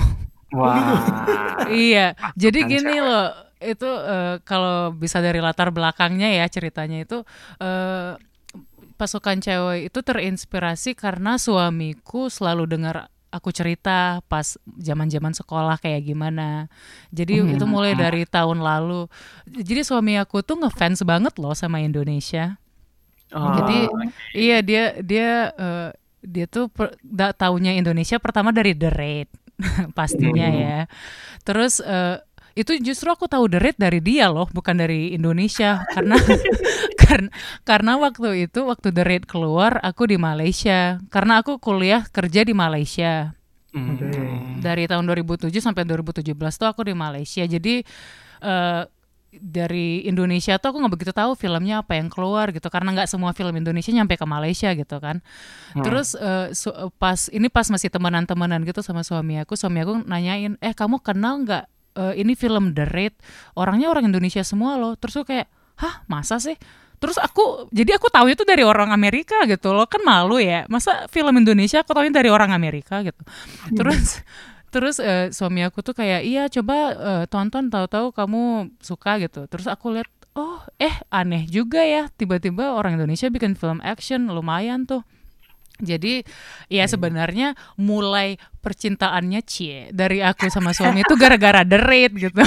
Wah. Iya, jadi Pasukan gini Cewek. loh, itu eh, kalau bisa dari latar belakangnya ya ceritanya itu eh, Pasukan Cewek itu terinspirasi karena suamiku selalu dengar aku cerita pas zaman-zaman sekolah kayak gimana. Jadi itu Hmm. mulai dari tahun lalu. Jadi suami aku tuh ngefans banget loh sama Indonesia. Oh, Jadi iya dia dia eh, dia tuh per, da, taunya Indonesia pertama dari The Raid pastinya Hmm. ya. Terus eh, itu justru aku tahu The Raid dari dia loh, bukan dari Indonesia karena karena karena waktu itu waktu The Raid keluar aku di Malaysia karena aku kuliah kerja di Malaysia Hmm. Oke. dari tahun dua ribu tujuh sampai dua ribu tujuh belas tuh aku di Malaysia. Jadi eh, dari Indonesia tuh aku nggak begitu tahu filmnya apa yang keluar gitu karena nggak semua film Indonesia nyampe ke Malaysia gitu kan. Hmm. Terus eh, su- pas ini pas masih temenan-temenan gitu sama suami aku, suami aku nanyain, eh kamu kenal nggak eh, ini film The Raid? Orangnya orang Indonesia semua loh. Terus aku kayak, hah masa sih? Terus aku, jadi aku tahu itu dari orang Amerika gitu loh, kan malu ya. Masa film Indonesia aku tahunya dari orang Amerika gitu. Terus terus eh, suami aku tuh kayak iya coba eh, tonton tahu-tahu kamu suka gitu. Terus aku lihat oh eh aneh juga ya tiba-tiba orang Indonesia bikin film action lumayan tuh. Jadi ya sebenarnya mulai percintaannya cie dari aku sama suami itu gara-gara The Raid gitu.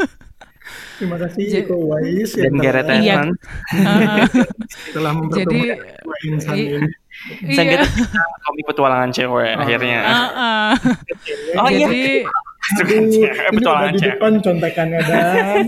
Terima kasih Ja- Iko Uwais Dan yang Gareth Iya. Evans. Heeh. telah Jadi mempertemukan dua insan i- ini. Saya iya. kira komik petualangan cewek Oh. akhirnya. Heeh. Oh iya. Jadi Pasukan Aduh, Cewek, ini udah petualangan di cewek. depan contekannya dan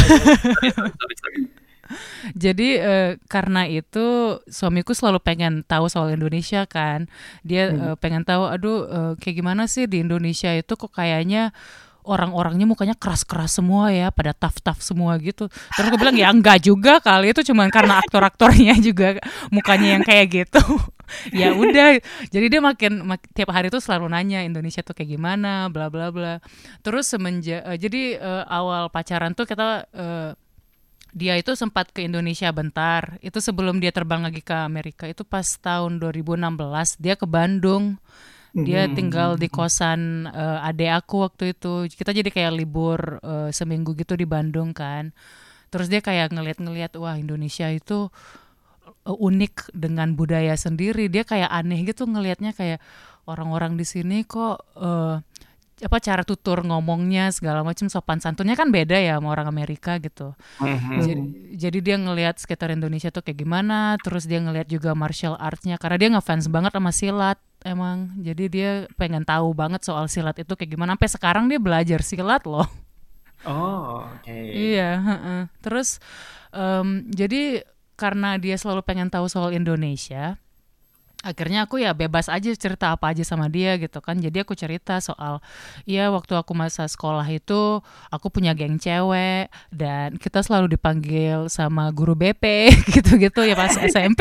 Sorry, sorry. Jadi eh, karena itu suamiku selalu pengen tahu soal Indonesia kan. Dia eh, pengen tahu, aduh eh, kayak gimana sih di Indonesia itu kok kayaknya orang-orangnya mukanya keras-keras semua ya, pada tough-tough semua gitu. Terus aku bilang ya enggak juga kali itu cuman karena aktor-aktornya juga mukanya yang kayak gitu. Ya udah, jadi dia makin mak- tiap hari tuh selalu nanya Indonesia tuh kayak gimana, bla bla bla. Terus semenjak eh, jadi eh, awal pacaran tuh kita eh, dia itu sempat ke Indonesia bentar. Itu sebelum dia terbang lagi ke Amerika. Itu pas tahun dua ribu enam belas dia ke Bandung. Dia tinggal di kosan eh, adek aku waktu itu. Kita jadi kayak libur eh, seminggu gitu di Bandung kan. Terus dia kayak ngeliat-ngeliat, wah Indonesia itu eh, unik dengan budaya sendiri. Dia kayak aneh gitu ngelihatnya kayak orang-orang di sini kok eh, apa cara tutur ngomongnya segala macam sopan santunnya kan beda ya sama orang Amerika gitu. Mhm. Jadi, jadi dia ngelihat sekitar Indonesia tuh kayak gimana, terus dia ngelihat juga martial arts-nya karena dia ngefans banget sama silat emang. Jadi dia pengen tahu banget soal silat itu kayak gimana. Sampai sekarang dia belajar silat loh. Oh, oke. Iya, heeh. Terus em, jadi karena dia selalu pengen tahu soal Indonesia, akhirnya aku ya bebas aja cerita apa aja sama dia gitu kan. Jadi aku cerita soal, ya waktu aku masa sekolah itu aku punya geng cewek dan kita selalu dipanggil sama guru B P gitu-gitu ya pas S M P.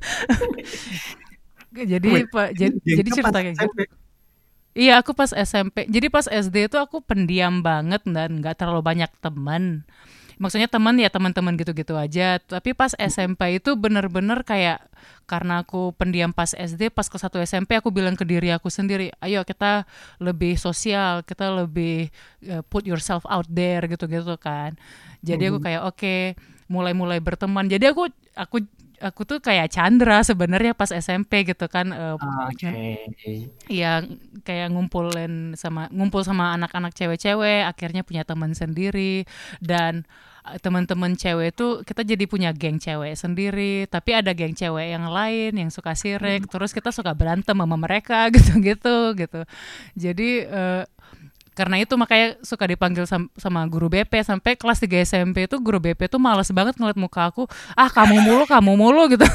Wait, Jadi pak jadi, jadi gengnya pas cerita kayak gitu. S M P. Iya, aku pas S M P. Jadi pas S D itu aku pendiam banget dan nggak terlalu banyak teman. Maksudnya teman ya teman-teman gitu-gitu aja. Tapi pas S M P itu bener-bener kayak karena aku pendiam pas S D, pas ke satu S M P aku bilang ke diri aku sendiri, ayo kita lebih sosial, kita lebih uh, put yourself out there gitu-gitu kan. Jadi aku Mhm. kayak oke, okay, mulai-mulai berteman. Jadi aku aku aku tuh kayak Chandra sebenarnya pas S M P gitu kan. Uh, Oke. Iya, kayak ngumpulin sama ngumpul sama anak-anak cewek-cewek, akhirnya punya teman sendiri dan eh, teman-teman cewek itu kita jadi punya geng cewek sendiri, tapi ada geng cewek yang lain yang suka sirik, terus kita suka berantem sama mereka gitu-gitu gitu. Jadi eh, karena itu makanya suka dipanggil sam- sama guru B P sampai kelas tiga S M P itu guru B P tuh males banget ngeliat muka aku, ah kamu mulu, kamu mulu gitu.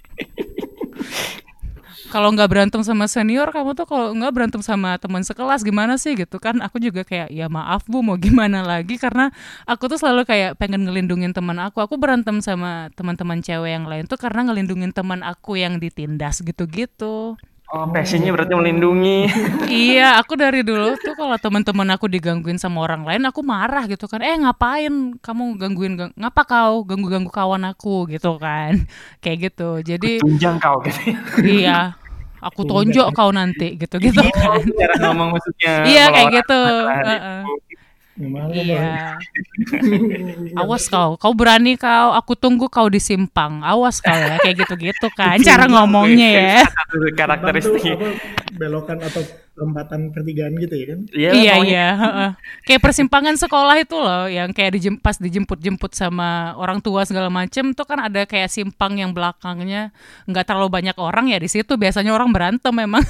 Kalau nggak berantem sama senior kamu tuh kalau nggak berantem sama teman sekelas gimana sih gitu kan, aku juga kayak ya maaf bu mau gimana lagi karena aku tuh selalu kayak pengen ngelindungin teman aku aku berantem sama teman-teman cewek yang lain tuh karena ngelindungin teman aku yang ditindas gitu-gitu. Oh, passionnya berarti Oh. melindungi. Iya, aku dari dulu tuh kalau teman-teman aku digangguin sama orang lain, aku marah gitu kan. Eh, ngapain kamu gangguin gang- ngapa kau ganggu-ganggu kawan aku gitu kan. Kayak gitu. Jadi Kutunjang kau gitu. iya, aku Tunjang tonjok ya. kau nanti gitu-gitu Oh, kan. cara ngomong maksudnya Iya kayak melawan gitu. marah-marah Heeh. itu. Malam Iya. banget. Nggak Awas ngerti. kau, kau berani kau, aku tunggu kau di simpang. Awas kau ya, kayak gitu-gitu kan cara Simpang, ngomongnya ya. Salah satu simpang tuh karakteristik. apa belokan atau perempatan pertigaan gitu ya kan? Iya, Iya pokoknya iya, heeh. Kayak persimpangan sekolah itu loh, yang kayak dijem, pas dijemput-jemput sama orang tua segala macem, tuh kan ada kayak simpang yang belakangnya nggak terlalu banyak orang ya di situ biasanya orang berantem memang.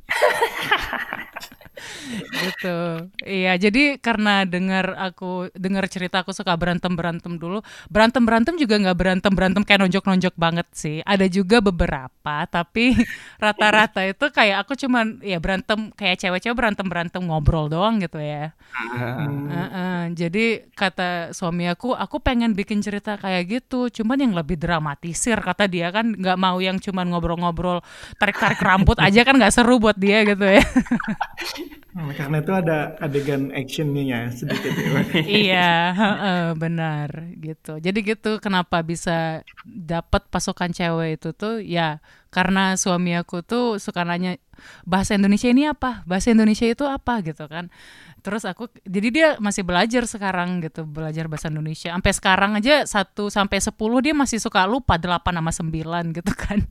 Gitu. Iya, jadi karena dengar aku dengar cerita aku suka berantem-berantem dulu. Berantem-berantem juga nggak berantem-berantem kayak nonjok-nonjok banget sih. Ada juga beberapa, tapi rata-rata itu kayak aku cuman ya berantem kayak cewek-cewek berantem-berantem ngobrol doang gitu ya. Hmm, Heeh, jadi kata suami aku, aku pengen bikin cerita kayak gitu, cuman yang lebih dramatisir kata dia kan nggak mau yang cuman ngobrol-ngobrol tarik-tarik rambut aja kan nggak seru buat dia gitu ya. nah, karena itu ada adegan actionnya ya sedikit ya. Iya, heeh, benar gitu. Jadi gitu kenapa bisa dapat pasukan cewek itu tuh ya karena suami aku tuh suka nanya bahasa Indonesia ini apa? Bahasa Indonesia itu apa gitu kan. Terus aku jadi dia masih belajar sekarang gitu, belajar bahasa Indonesia. Sampai sekarang aja satu sampai sepuluh dia masih suka lupa delapan sama sembilan gitu kan.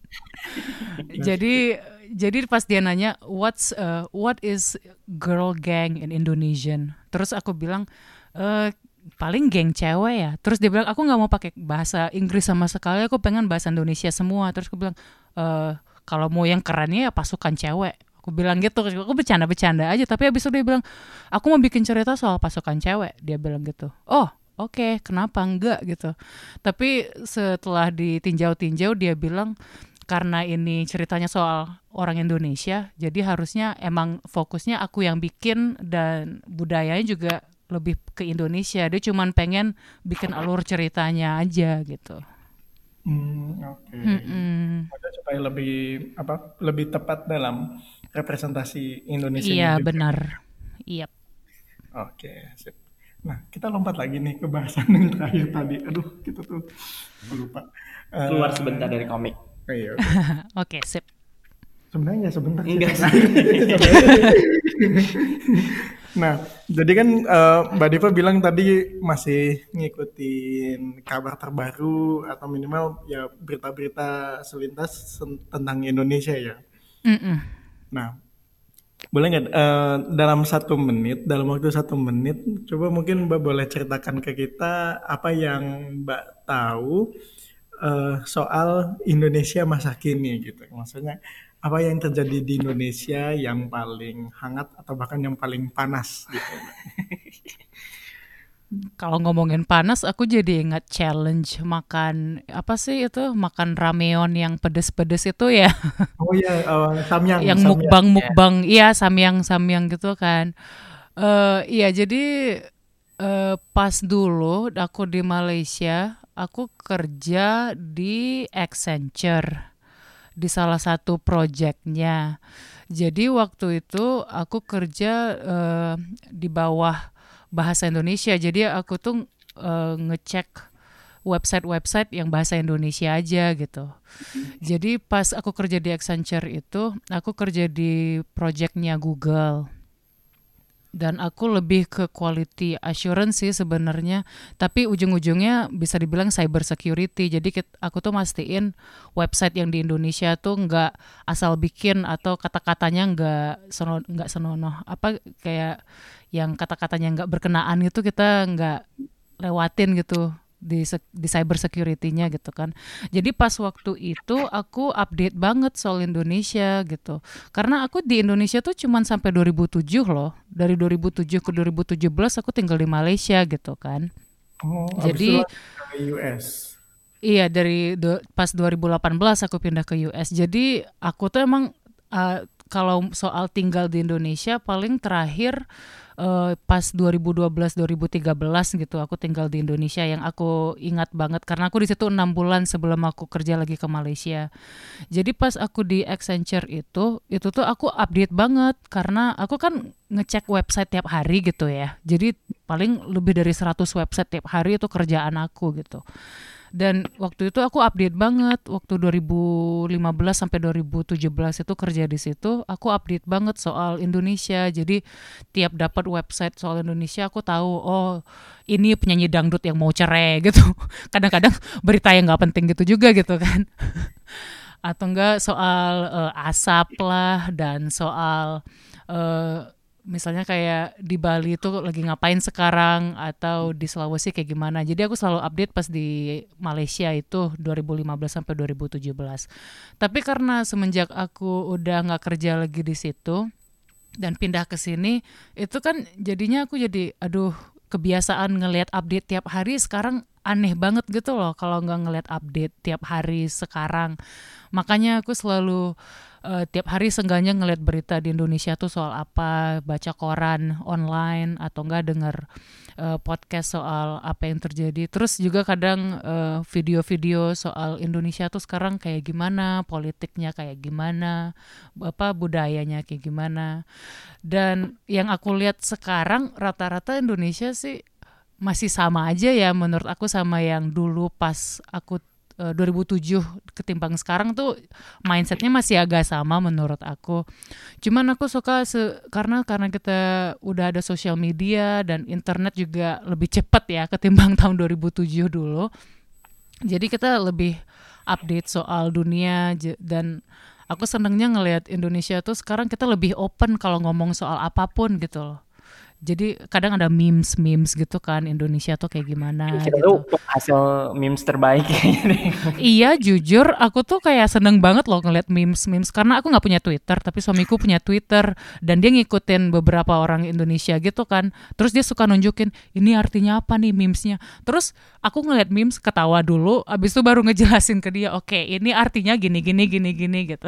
Jadi jadi pas dia nanya what's uh, what is girl gang in Indonesian, terus aku bilang eh paling geng cewek ya. Terus dia bilang aku nggak mau pakai bahasa Inggris sama sekali, aku pengen bahasa Indonesia semua. Terus aku bilang eh kalau mau yang kerennya ya pasukan cewek. Aku bilang gitu, aku bercanda-bercanda aja. Tapi abis itu dia bilang, aku mau bikin cerita soal pasukan cewek. Dia bilang gitu. Oh, oke, okay, kenapa enggak gitu. Tapi setelah ditinjau-tinjau dia bilang karena ini ceritanya soal orang Indonesia, jadi harusnya emang fokusnya aku yang bikin dan budayanya juga lebih ke Indonesia. Dia cuman pengen bikin alur ceritanya aja gitu. Hmm, oke. Mm-mm. Maksudnya supaya lebih apa lebih tepat dalam representasi Indonesianya Iya juga. benar. Iya. Oke, sip. Nah, kita lompat lagi nih ke bahasan yang terakhir tadi. Aduh, kita tuh aku lupa. Keluar Eh, sebentar dari komik. oh iya, oke. Oke, sip. Sebenarnya nggak sebentar sih. Enggak sih. Nah, jadi kan eh, Mbak Diva bilang tadi masih ngikutin kabar terbaru atau minimal ya berita-berita selintas sen- tentang Indonesia ya. Mm-mm. Nah, boleh nggak eh, dalam satu menit, dalam waktu satu menit, coba mungkin Mbak boleh ceritakan ke kita apa yang Mbak tahu eh, soal Indonesia masa kini gitu. Maksudnya apa yang terjadi di Indonesia yang paling hangat atau bahkan yang paling panas gitu. Kalau ngomongin panas, aku jadi ingat challenge makan apa sih itu? Makan rameon yang pedes-pedes itu ya, Oh iya, eh, samyang, yang samyang. Ya. mukbang-mukbang, iya samyang-samyang gitu kan. Eh iya jadi eh, pas dulu aku di Malaysia, aku kerja di Accenture di salah satu projectnya. Jadi waktu itu aku kerja eh, di bawah bahasa Indonesia. Jadi aku tuh eh, ngecek website-website yang bahasa Indonesia aja gitu. Jadi pas aku kerja di Accenture itu, aku kerja di projectnya Google. Dan aku lebih ke quality assurance sih sebenarnya, tapi ujung-ujungnya bisa dibilang cyber security. Jadi kit- aku tuh mastiin website yang di Indonesia tuh nggak asal bikin atau kata-katanya nggak seno nggak senonoh apa kayak yang kata-katanya nggak berkenaan itu kita nggak lewatin gitu di se- di cyber security-nya gitu kan. Jadi pas waktu itu aku update banget soal Indonesia gitu. Karena aku di Indonesia tuh cuman sampai dua ribu tujuh loh. Dari dua ribu tujuh ke dua ribu tujuh belas aku tinggal di Malaysia gitu kan. Oh, abis itu Jadi langsung ke U S. iya dari du- pas dua ribu delapan belas aku pindah ke U S. Jadi aku tuh emang uh, kalau soal tinggal di Indonesia paling terakhir uh, pas dua ribu dua belas dua ribu tiga belas gitu aku tinggal di Indonesia yang aku ingat banget karena aku di situ enam bulan sebelum aku kerja lagi ke Malaysia. Jadi pas aku di Accenture itu, itu tuh aku update banget karena aku kan ngecek website tiap hari gitu ya. Jadi paling lebih dari seratus website tiap hari itu kerjaan aku gitu. Dan waktu itu aku update banget waktu dua ribu lima belas sampai dua ribu tujuh belas itu kerja di situ, aku update banget soal Indonesia. Jadi tiap dapat website soal Indonesia aku tahu oh ini penyanyi dangdut yang mau cerai gitu. Kadang-kadang berita yang nggak penting gitu juga gitu kan. Atau enggak soal eh, asap lah dan soal eh, misalnya kayak di Bali itu lagi ngapain sekarang atau di Sulawesi kayak gimana. Jadi aku selalu update pas di Malaysia itu dua ribu lima belas sampai dua ribu tujuh belas. Tapi karena semenjak aku udah nggak kerja lagi di situ dan pindah ke sini, itu kan jadinya aku jadi aduh kebiasaan ngelihat update tiap hari sekarang aneh banget gitu loh kalau nggak ngelihat update tiap hari sekarang. Makanya aku selalu uh, tiap hari seenggaknya ngeliat berita di Indonesia tuh soal apa, baca koran online atau enggak denger uh, podcast soal apa yang terjadi. Terus juga kadang uh, video-video soal Indonesia tuh sekarang kayak gimana, politiknya kayak gimana, apa budayanya kayak gimana. Dan yang aku lihat sekarang rata-rata Indonesia sih masih sama aja ya menurut aku sama yang dulu pas aku eh, dua ribu tujuh ketimbang sekarang tuh mindsetnya masih agak sama menurut aku. Cuman aku suka se- karena karena kita udah ada sosial media dan internet juga lebih cepat ya ketimbang tahun dua ribu tujuh dulu. Jadi kita lebih update soal dunia j- dan aku senengnya ngelihat Indonesia tuh sekarang kita lebih open kalau ngomong soal apapun gitu loh. Jadi kadang ada memes-memes gitu kan Indonesia tuh kayak gimana Kita tuh gitu. hasil memes terbaik kayaknya deh. Iya jujur aku tuh kayak seneng banget loh ngeliat memes-memes karena aku nggak punya Twitter tapi suamiku punya Twitter dan dia ngikutin beberapa orang Indonesia gitu kan. Terus dia suka nunjukin ini artinya apa nih memesnya. Terus aku ngeliat memes ketawa dulu abis itu baru ngejelasin ke dia oke ini artinya gini gini gini gini gitu.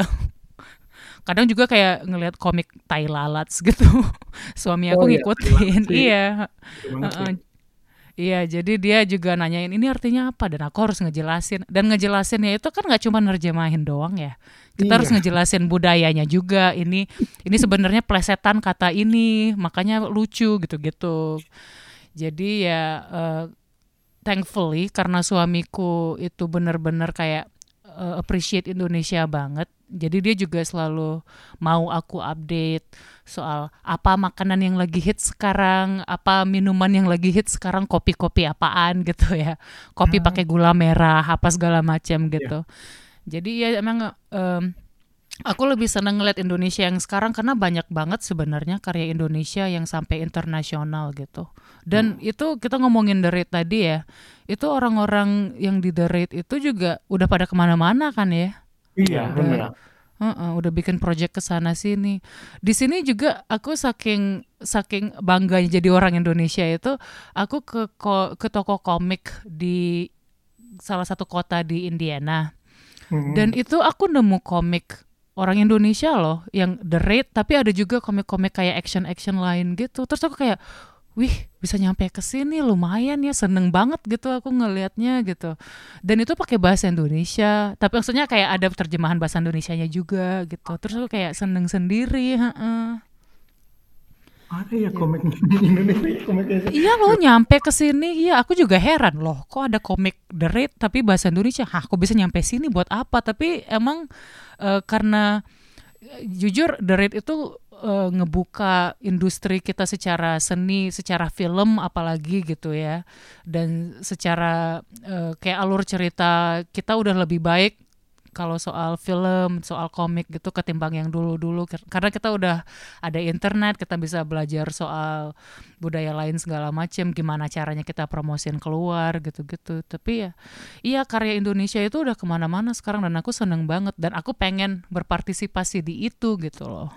Kadang juga kayak ngeliat komik tai lalats gitu. Suami Oh aku iya, terima ngikutin. kasih. Iya. Terima banget sih. Heeh. Iya, jadi dia juga nanyain ini artinya apa dan aku harus ngejelasin. Dan ngejelasinnya itu kan nggak cuma nerjemahin doang ya. Kita harus Iya. ngejelasin budayanya juga. Ini ini sebenarnya plesetan kata ini, makanya lucu gitu-gitu. Jadi ya eh, thankfully karena suamiku itu benar-benar kayak uh, appreciate Indonesia banget. Jadi dia juga selalu mau aku update soal apa makanan yang lagi hit sekarang, apa minuman yang lagi hit sekarang, kopi-kopi apaan gitu ya. Kopi Hmm, pakai gula merah, apa segala macam iya. gitu. Jadi ya emang um, aku lebih seneng ngeliat Indonesia yang sekarang karena banyak banget sebenarnya karya Indonesia yang sampai internasional gitu. Dan itu kita ngomongin The Raid tadi ya, itu orang-orang yang di The Raid itu juga udah pada kemana-mana kan ya. Iya, Iya, Udah benar. benar. Heeh, udah bikin project ke sana sini. Di sini juga aku saking saking bangganya jadi orang Indonesia itu, aku ke ko- ke toko komik di salah satu kota di Indiana. Dan Hmm. itu aku nemu komik orang Indonesia loh yang The Raid, tapi ada juga komik-komik kayak action-action lain gitu. Terus aku kayak, wih, bisa nyampe ke sini lumayan ya, seneng banget gitu aku ngelihatnya gitu. Dan itu pakai bahasa Indonesia, tapi maksudnya kayak ada terjemahan bahasa Indonesianya juga gitu. Terus aku kayak seneng sendiri, heeh. Ada ya Gitu. komik Indonesia, komiknya. Iya loh, nyampe ke sini. Iya, aku juga heran loh, kok ada komik The Raid tapi bahasa Indonesia. Hah, kok bisa nyampe sini buat apa? Tapi emang eh, karena eh, jujur The Raid itu eh, ngebuka industri kita secara seni, secara film apalagi gitu ya. Dan secara eh, kayak alur cerita kita udah lebih baik kalau soal film, soal komik gitu ketimbang yang dulu-dulu. Karena kita udah ada internet, kita bisa belajar soal budaya lain segala macam, gimana caranya kita promosin keluar gitu-gitu. Tapi ya, iya karya Indonesia itu udah kemana-mana sekarang dan aku seneng banget dan aku pengen berpartisipasi di itu gitu loh.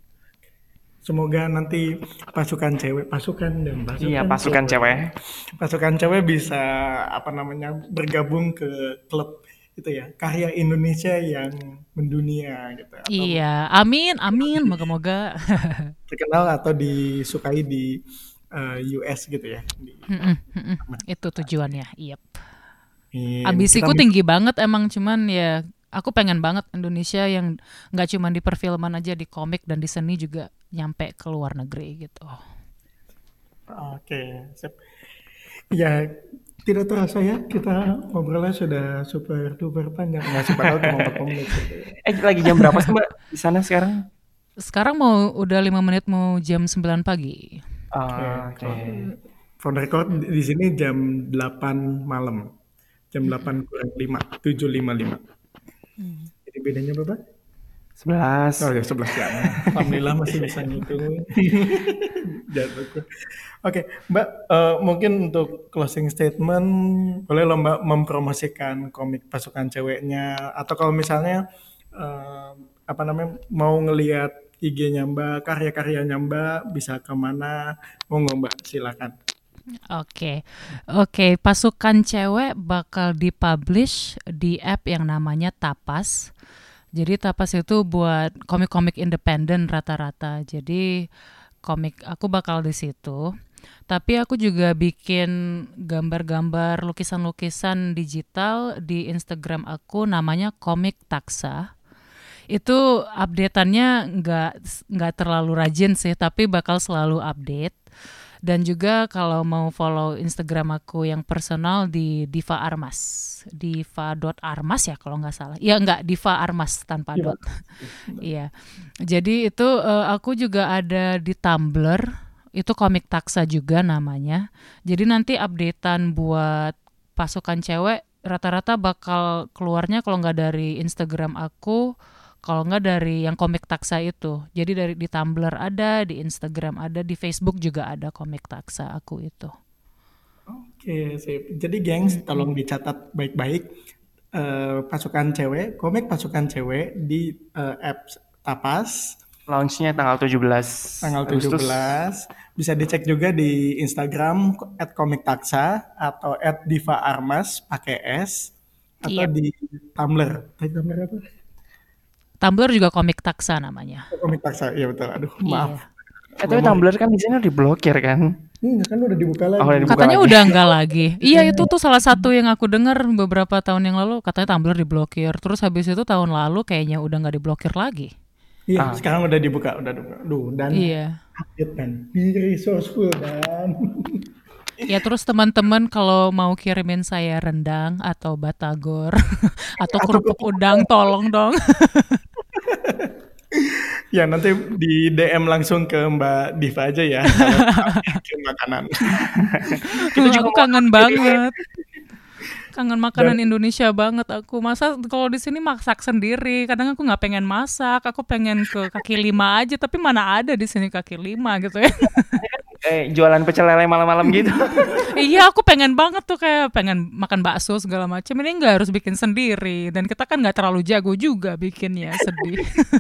Semoga nanti pasukan cewek, pasukan dan Iya, pasukan pasukan cewek. pasukan cewek bisa apa namanya bergabung ke klub itu ya, karya Indonesia yang mendunia gitu atau Iya, amin, amin, moga-moga. terkenal atau disukai di eh, U S gitu ya. Di, Mm-mm, mm-mm. Itu tujuannya, iya. in- kita Ambisiku tinggi banget emang, cuman ya aku pengen banget Indonesia yang nggak cuma di perfilman aja, di komik dan di seni juga nyampe ke luar negeri gitu. oke, sip. Ya, tidak terasa ya kita ngobrolnya sudah super duper panjang. Nggak sih, padahal cuma empat menit gitu ya. Eh, lagi jam berapa sih Mbak di sana sekarang? Sekarang mau udah lima menit mau jam sembilan pagi. Oke, Ah, Oke. for the record di di sini jam delapan malam. Jam delapan kurang lima, tujuh lima lima. Jadi bedanya berapa? sebelas. Oh ya, sebelas jam. Alhamdulillah masih bisa ngitung. Jadwalku. Oke, Mbak, eh, mungkin untuk closing statement, boleh lo Mbak mempromosikan komik pasukan ceweknya, atau kalau misalnya eh, apa namanya mau ngelihat I G-nya Mbak, karya-karyanya Mbak, bisa kemana? Monggo Mbak, silakan. Oke, oke. Pasukan Cewek bakal dipublish di app yang namanya Tapas. Jadi Tapas itu buat komik-komik independen rata-rata. Jadi komik aku bakal di situ. Tapi aku juga bikin gambar-gambar, lukisan-lukisan digital di Instagram aku namanya Komik Taksa. Itu updateannya nggak nggak terlalu rajin sih, tapi bakal selalu update. Dan juga kalau mau follow Instagram aku yang personal di Diva Armas, diva dot armas ya kalau nggak salah. Iya nggak, Diva Armas tanpa Iya, dot. Iya. Jadi itu eh, aku juga ada di Tumblr, itu Komik Taksa juga namanya. Jadi nanti updatean buat pasukan cewek rata-rata bakal keluarnya kalau nggak dari Instagram aku, kalau nggak dari yang Komik Taksa itu. Jadi dari di Tumblr ada, di Instagram ada, di Facebook juga ada Komik Taksa aku itu. Oke, sip. Jadi gengs, tolong dicatat baik-baik. Eh, pasukan cewek, komik pasukan cewek di eh, app Tapas. Launchnya tanggal tujuh belas Tanggal tujuh Agustus. belas Bisa dicek juga di Instagram at komik taksa atau at diva armas pakai S atau Yep. di Tumblr. Tadi Tumblr apa? Tumblr juga Komik Taksa namanya. Oh, komik taksa. Iya betul. Aduh, maaf. Iya. Eh tapi Tumblr kan di sini udah diblokir kan? Enggak kan udah dibuka lagi. Oh, udah dibuka Katanya lagi. udah enggak lagi. Iya, itu tuh salah satu yang aku dengar beberapa tahun yang lalu, katanya Tumblr diblokir. Terus habis itu tahun lalu kayaknya udah nggak diblokir lagi. Iya, Ah. sekarang udah dibuka, udah dibuka. Duh, dan Iya. update dan be resourceful dan Ya terus teman-teman kalau mau kirimin saya rendang atau batagor atau kerupuk udang, tolong dong. ya nanti di D M langsung ke Mbak Diva aja ya. Kalau kirim makanan. Kita juga aku kangen banget. Kangen makanan Indonesia banget aku. Masa kalau di sini masak sendiri. Kadang aku nggak pengen masak. Aku pengen ke kaki lima aja. Tapi mana ada di sini kaki lima gitu ya. eh, jualan pecel lele malam-malam gitu. Iya, aku pengen banget tuh kayak pengen makan bakso segala macam. Ini nggak harus bikin sendiri dan kita kan nggak terlalu jago juga bikinnya, sedih.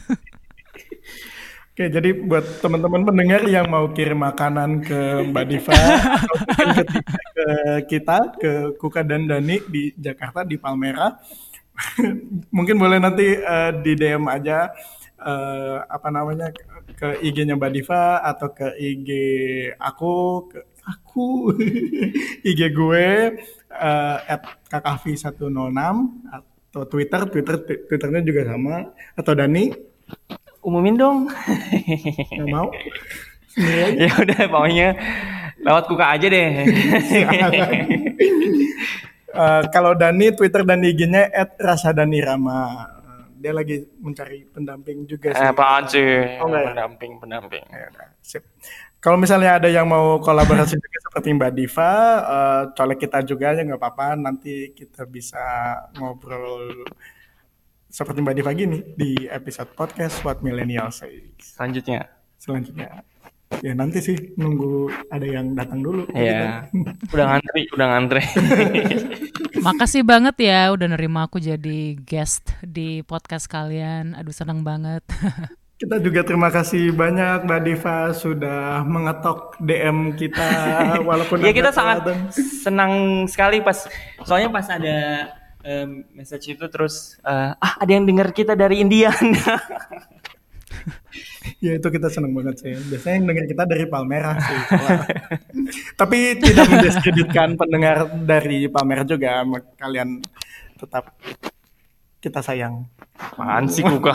Oke, jadi buat teman-teman pendengar yang mau kirim makanan ke Mbak Diva atau mungkin ke, ke kita, ke Kuka dan Dani di Jakarta, di Palmera, mungkin boleh nanti uh, di D M aja uh, apa namanya ke I G-nya Mbak Diva atau ke I G aku, ke aku, I G gue uh, at k k v seratus enam atau Twitter, Twitter Twitternya juga sama, atau Dani. Umumin dong. Nggak mau? Ya udah, pokoknya lewat Kuka aja deh. uh, kalau Dani, Twitter dan I G-nya at rasadanirama. Dia lagi mencari pendamping juga sih. Apaan sih? Oh, enggak ya? Pendamping, pendamping. Ya udah, sip. Kalau misalnya ada yang mau kolaborasi juga seperti Mbak Diva, uh, colek kita juga aja nggak apa-apa. Nanti kita bisa ngobrol seperti Mbak Diva gini di episode podcast What Millennials Say. Selanjutnya. Selanjutnya. Ya nanti sih nunggu ada yang datang dulu. Iya. Udah ngantri, udah ngantri. Makasih banget ya udah nerima aku jadi guest di podcast kalian. Aduh, senang banget. Kita juga terima kasih banyak Mbak Diva sudah mengetok D M kita walaupun ya kita agak sangat telat. senang sekali pas soalnya pas ada um, message itu terus uh, ah ada yang dengar kita dari India. Ya itu kita senang banget sih. Biasanya yang dengar kita dari Palmera sih. Tapi tidak mendiskreditkan pendengar dari Palmera juga. Kalian tetap kita sayang. Apaan sih Kuka?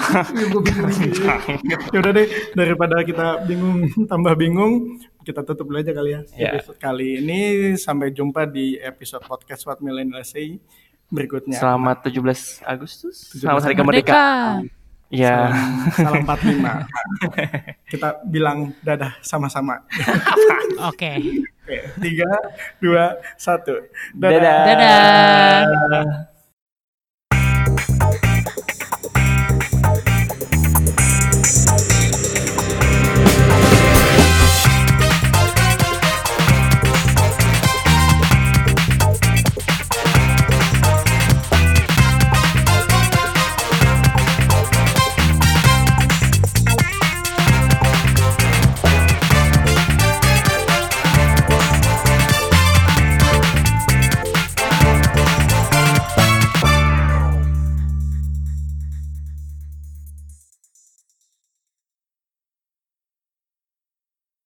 Ya udah deh, daripada kita bingung tambah bingung, kita tutup dulu aja kali ya Yeah. episode kali ini. Sampai jumpa di episode podcast What Millennials Say berikutnya. Selamat tujuh belas Agustus. tujuh belas Selamat Hari Merdeka. Kemerdekaan. Ya. Salam empat puluh lima. Kita bilang dadah sama-sama. Oke. Oke, tiga, dua, satu. Dadah. Dadah.